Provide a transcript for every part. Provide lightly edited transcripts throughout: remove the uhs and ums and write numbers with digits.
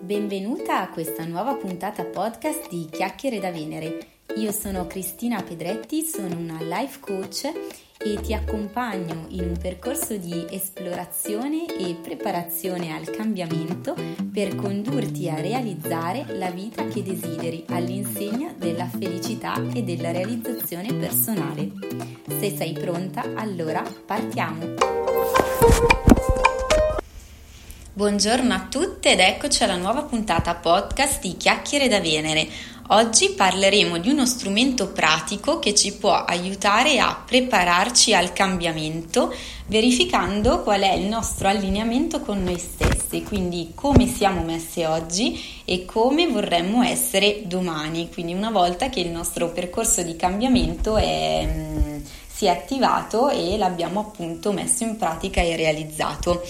Benvenuta a questa nuova puntata podcast di Chiacchiere da Venere. Io sono Cristina Pedretti, sono una life coach e ti accompagno in un percorso di esplorazione e preparazione al cambiamento per condurti a realizzare la vita che desideri all'insegna della felicità e della realizzazione personale. Se sei pronta, allora partiamo! Buongiorno a tutte ed eccoci alla nuova puntata podcast di Chiacchiere da Venere. Oggi parleremo di uno strumento pratico che ci può aiutare a prepararci al cambiamento, verificando qual è il nostro allineamento con noi stessi, quindi come siamo messe oggi e come vorremmo essere domani, quindi una volta che il nostro percorso di cambiamento si è attivato e l'abbiamo appunto messo in pratica e realizzato.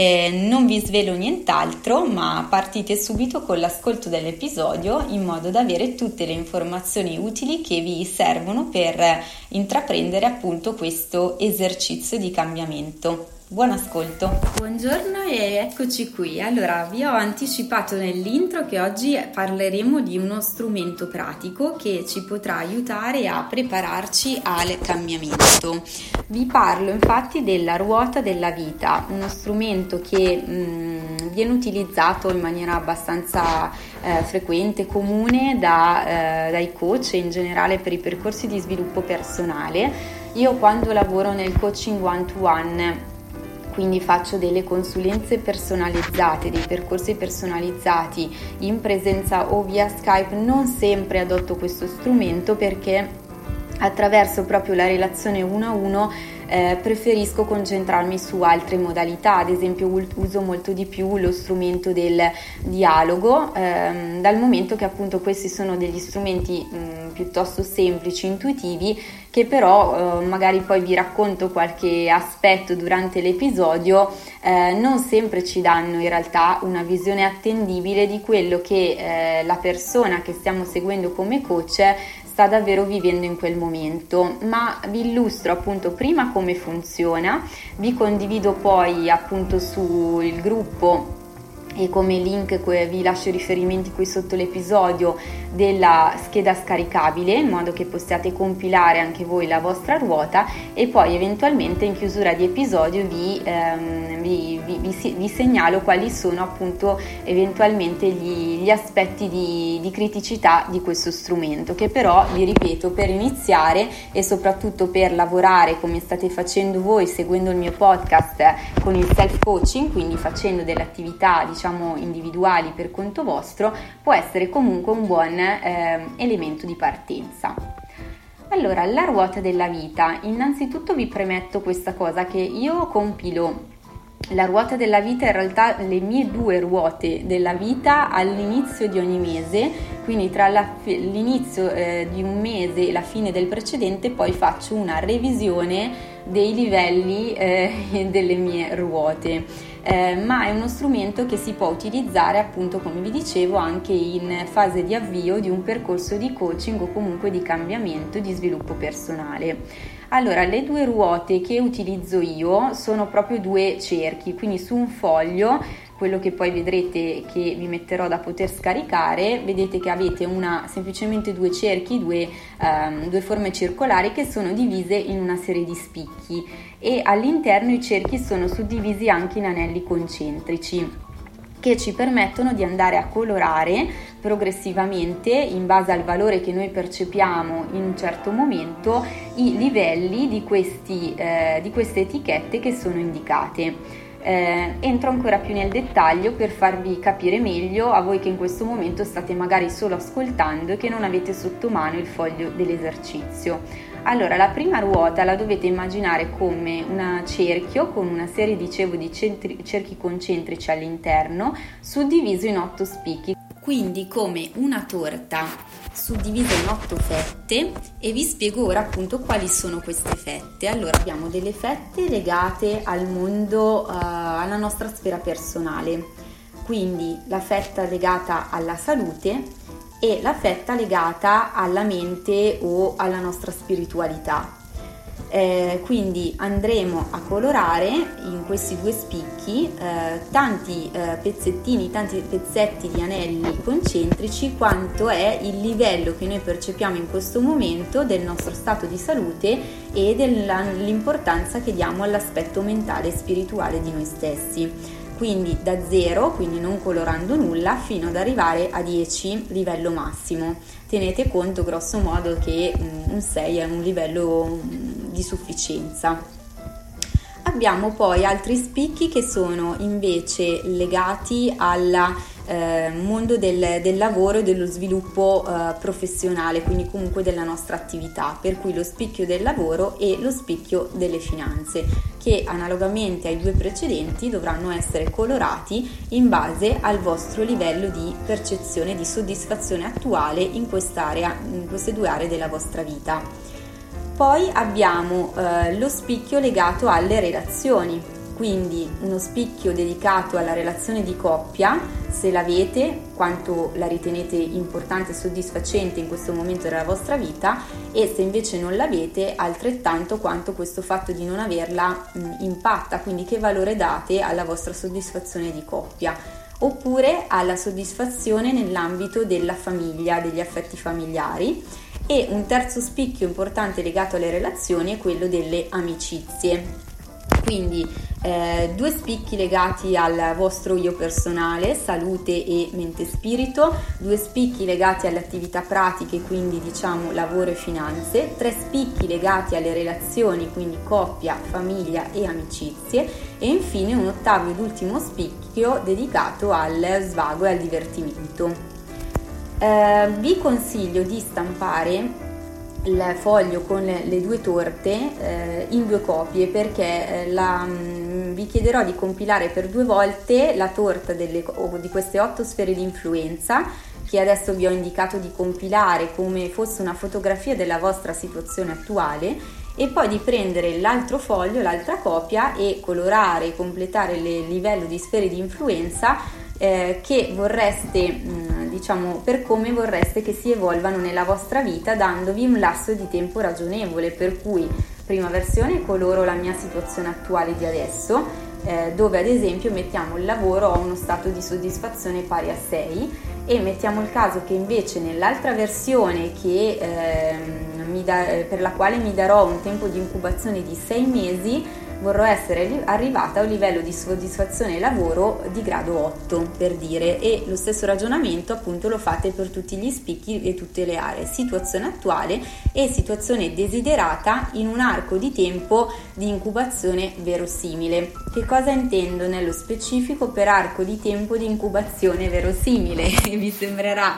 Non vi svelo nient'altro, ma partite subito con l'ascolto dell'episodio in modo da avere tutte le informazioni utili che vi servono per intraprendere appunto questo esercizio di cambiamento. Buon ascolto! Buongiorno e eccoci qui. Allora, vi ho anticipato nell'intro che oggi parleremo di uno strumento pratico che ci potrà aiutare a prepararci al cambiamento. Vi parlo infatti della ruota della vita, uno strumento che viene utilizzato in maniera abbastanza frequente, comune dai coach e in generale per i percorsi di sviluppo personale. Io quando lavoro nel coaching one-to-one, quindi faccio delle consulenze personalizzate, dei percorsi personalizzati in presenza o via Skype, non sempre adotto questo strumento perché attraverso proprio la relazione uno a uno preferisco concentrarmi su altre modalità. Ad esempio uso molto di più lo strumento del dialogo, dal momento che appunto questi sono degli strumenti piuttosto semplici, intuitivi, che però magari poi vi racconto qualche aspetto durante l'episodio, non sempre ci danno in realtà una visione attendibile di quello che la persona che stiamo seguendo come coach sta davvero vivendo in quel momento. Ma vi illustro appunto prima come funziona, vi condivido poi appunto sul gruppo e come link vi lascio i riferimenti qui sotto l'episodio della scheda scaricabile in modo che possiate compilare anche voi la vostra ruota e poi eventualmente in chiusura di episodio vi segnalo quali sono appunto eventualmente gli aspetti di criticità di questo strumento, che però vi ripeto, per iniziare e soprattutto per lavorare come state facendo voi seguendo il mio podcast con il self coaching, quindi facendo delle attività individuali per conto vostro, può essere comunque un buon elemento di partenza. Allora, la ruota della vita. Innanzitutto vi premetto questa cosa, che io compilo la ruota della vita, in realtà le mie 2 ruote della vita all'inizio di ogni mese, quindi tra l'inizio di un mese e la fine del precedente, poi faccio una revisione dei livelli delle mie ruote. Ma è uno strumento che si può utilizzare appunto, come vi dicevo, anche in fase di avvio di un percorso di coaching o comunque di cambiamento, di sviluppo personale. Allora, le 2 ruote che utilizzo io sono proprio 2 cerchi, quindi su un foglio, quello che poi vedrete che vi metterò da poter scaricare, vedete che avete semplicemente 2 cerchi, due forme circolari che sono divise in una serie di spicchi e all'interno i cerchi sono suddivisi anche in anelli concentrici che ci permettono di andare a colorare progressivamente, in base al valore che noi percepiamo in un certo momento, i livelli di queste etichette che sono indicate. Entro ancora più nel dettaglio per farvi capire meglio a voi che in questo momento state magari solo ascoltando e che non avete sotto mano il foglio dell'esercizio. Allora, la prima ruota la dovete immaginare come un cerchio con una serie, dicevo, di cerchi concentrici all'interno, suddiviso in 8 spicchi, quindi come una torta suddivisa in 8 fette, e vi spiego ora appunto quali sono queste fette. Allora, abbiamo delle fette legate al mondo, alla nostra sfera personale, quindi la fetta legata alla salute e la fetta legata alla mente o alla nostra spiritualità. Quindi andremo a colorare in questi due spicchi tanti pezzetti di anelli concentrici quanto è il livello che noi percepiamo in questo momento del nostro stato di salute e dell'importanza che diamo all'aspetto mentale e spirituale di noi stessi. Quindi da 0, quindi non colorando nulla, fino ad arrivare a 10, livello massimo. Tenete conto grosso modo che un 6 è un livello di sufficienza. Abbiamo poi altri spicchi che sono invece legati al mondo del lavoro e dello sviluppo professionale, quindi comunque della nostra attività, per cui lo spicchio del lavoro e lo spicchio delle finanze, che analogamente ai due precedenti dovranno essere colorati in base al vostro livello di percezione di soddisfazione attuale in queste due aree della vostra vita. Poi abbiamo lo spicchio legato alle relazioni, quindi uno spicchio dedicato alla relazione di coppia, se l'avete, quanto la ritenete importante e soddisfacente in questo momento della vostra vita, e se invece non l'avete, altrettanto quanto questo fatto di non averla impatta, quindi che valore date alla vostra soddisfazione di coppia, oppure alla soddisfazione nell'ambito della famiglia, degli affetti familiari. E un terzo spicchio importante legato alle relazioni è quello delle amicizie. Quindi due spicchi legati al vostro io personale, salute e mente spirito, due spicchi legati alle attività pratiche, quindi diciamo lavoro e finanze, tre spicchi legati alle relazioni, quindi coppia, famiglia e amicizie, e infine un ottavo ed ultimo spicchio dedicato al svago e al divertimento. Vi consiglio di stampare il foglio con le due torte in due copie, perché vi chiederò di compilare per 2 volte la torta di queste 8 sfere di influenza, che adesso vi ho indicato di compilare come fosse una fotografia della vostra situazione attuale, e poi di prendere l'altro foglio, l'altra copia, e colorare e completare il livello di sfere di influenza che vorreste per come vorreste che si evolvano nella vostra vita, dandovi un lasso di tempo ragionevole, per cui prima versione coloro la mia situazione attuale di adesso, dove ad esempio mettiamo il lavoro ho uno stato di soddisfazione pari a 6, e mettiamo il caso che invece nell'altra versione per la quale mi darò un tempo di incubazione di 6 mesi, vorrò essere arrivata a un livello di soddisfazione lavoro di grado 8, per dire, e lo stesso ragionamento appunto lo fate per tutti gli spicchi e tutte le aree, situazione attuale e situazione desiderata in un arco di tempo di incubazione verosimile. Che cosa intendo nello specifico per arco di tempo di incubazione verosimile? Vi sembrerà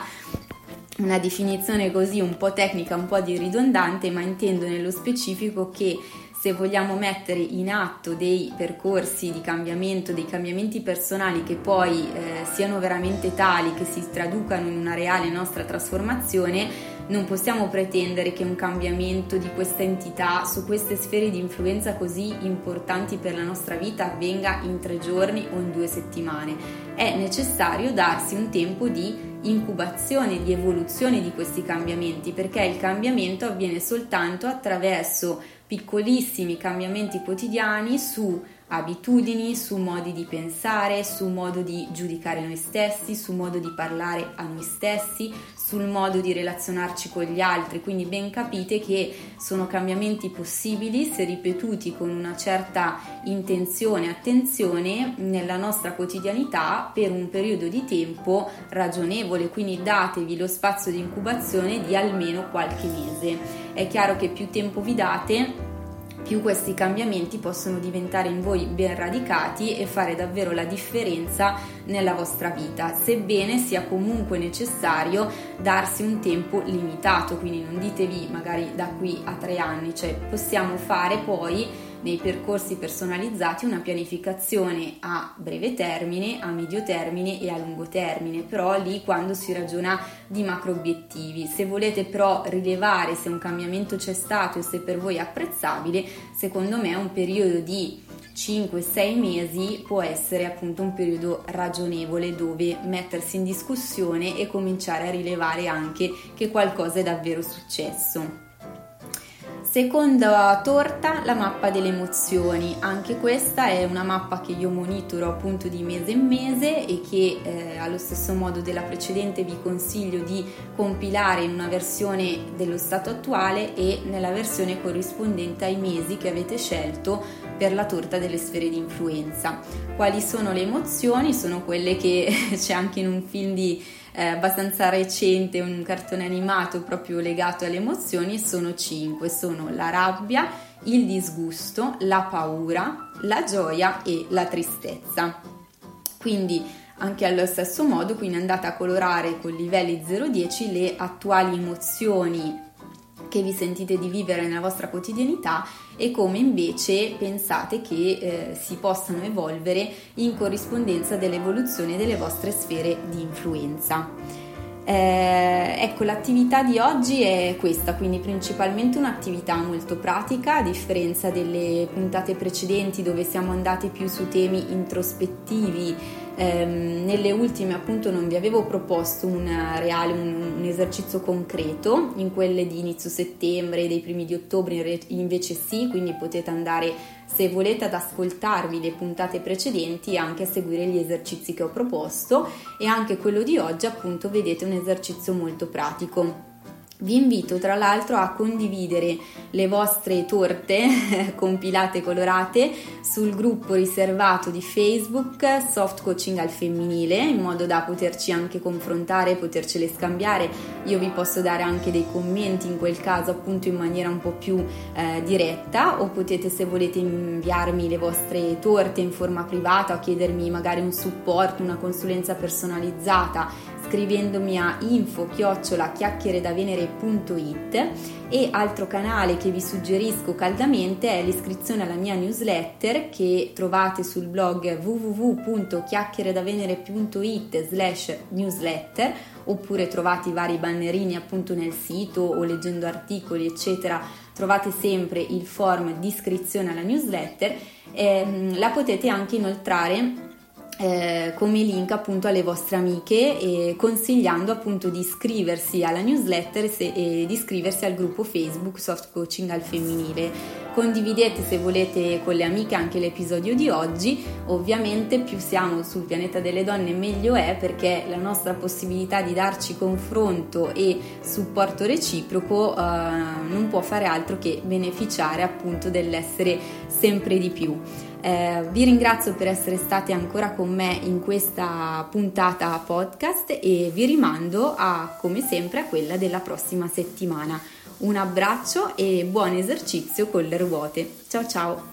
una definizione così un po' tecnica, un po' di ridondante, ma intendo nello specifico che se vogliamo mettere in atto dei percorsi di cambiamento, dei cambiamenti personali che poi siano veramente tali, che si traducano in una reale nostra trasformazione, non possiamo pretendere che un cambiamento di questa entità su queste sfere di influenza così importanti per la nostra vita avvenga in 3 giorni o in 2 settimane. È necessario darsi un tempo di incubazione, di evoluzione di questi cambiamenti, perché il cambiamento avviene soltanto attraverso piccolissimi cambiamenti quotidiani su abitudini, su modi di pensare, su modo di giudicare noi stessi, su modo di parlare a noi stessi, sul modo di relazionarci con gli altri. Quindi ben capite che sono cambiamenti possibili se ripetuti con una certa intenzione e attenzione nella nostra quotidianità per un periodo di tempo ragionevole, quindi datevi lo spazio di incubazione di almeno qualche mese. È chiaro che più tempo vi date, più questi cambiamenti possono diventare in voi ben radicati e fare davvero la differenza nella vostra vita, sebbene sia comunque necessario darsi un tempo limitato. Quindi non ditevi magari da qui a 3 anni, cioè possiamo fare poi nei percorsi personalizzati una pianificazione a breve termine, a medio termine e a lungo termine, però lì quando si ragiona di macro obiettivi. Se volete però rilevare se un cambiamento c'è stato e se per voi è apprezzabile, secondo me un periodo di 5-6 mesi può essere appunto un periodo ragionevole dove mettersi in discussione e cominciare a rilevare anche che qualcosa è davvero successo. Seconda torta, la mappa delle emozioni. Anche questa è una mappa che io monitoro appunto di mese in mese e che allo stesso modo della precedente vi consiglio di compilare in una versione dello stato attuale e nella versione corrispondente ai mesi che avete scelto per la torta delle sfere di influenza. Quali sono le emozioni? Sono quelle che c'è anche in un film abbastanza recente, un cartone animato proprio legato alle emozioni. Sono 5, sono la rabbia, il disgusto, la paura, la gioia e la tristezza. Quindi anche allo stesso modo, quindi andate a colorare con livelli 0-10 le attuali emozioni che vi sentite di vivere nella vostra quotidianità e come invece pensate che si possano evolvere in corrispondenza dell'evoluzione delle vostre sfere di influenza. Ecco, l'attività di oggi è questa, quindi principalmente un'attività molto pratica, a differenza delle puntate precedenti dove siamo andati più su temi introspettivi. Nelle ultime appunto non vi avevo proposto un esercizio concreto, in quelle di inizio settembre e dei primi di ottobre invece sì, quindi potete andare, se volete, ad ascoltarvi le puntate precedenti e anche a seguire gli esercizi che ho proposto, e anche quello di oggi appunto vedete un esercizio molto pratico. Vi invito tra l'altro a condividere le vostre torte compilate e colorate sul gruppo riservato di Facebook Soft Coaching al Femminile, in modo da poterci anche confrontare, potercele scambiare. Io vi posso dare anche dei commenti in quel caso appunto in maniera un po' più diretta, o potete, se volete, inviarmi le vostre torte in forma privata o chiedermi magari un supporto, una consulenza personalizzata scrivendomi a info@chiacchieredavenere.it. E altro canale che vi suggerisco caldamente è l'iscrizione alla mia newsletter che trovate sul blog www.chiacchieredavenere.it/newsletter, oppure trovate i vari bannerini appunto nel sito o leggendo articoli eccetera, trovate sempre il form di iscrizione alla newsletter. La potete anche inoltrare come link appunto alle vostre amiche, consigliando appunto di iscriversi alla newsletter e di iscriversi al gruppo Facebook Soft Coaching al Femminile. Condividete, se volete, con le amiche anche l'episodio di oggi. Ovviamente più siamo sul pianeta delle donne meglio è, perché la nostra possibilità di darci confronto e supporto reciproco non può fare altro che beneficiare appunto dell'essere sempre di più. Vi ringrazio per essere state ancora con me in questa puntata podcast e vi rimando come sempre a quella della prossima settimana. Un abbraccio e buon esercizio con le ruote. Ciao ciao!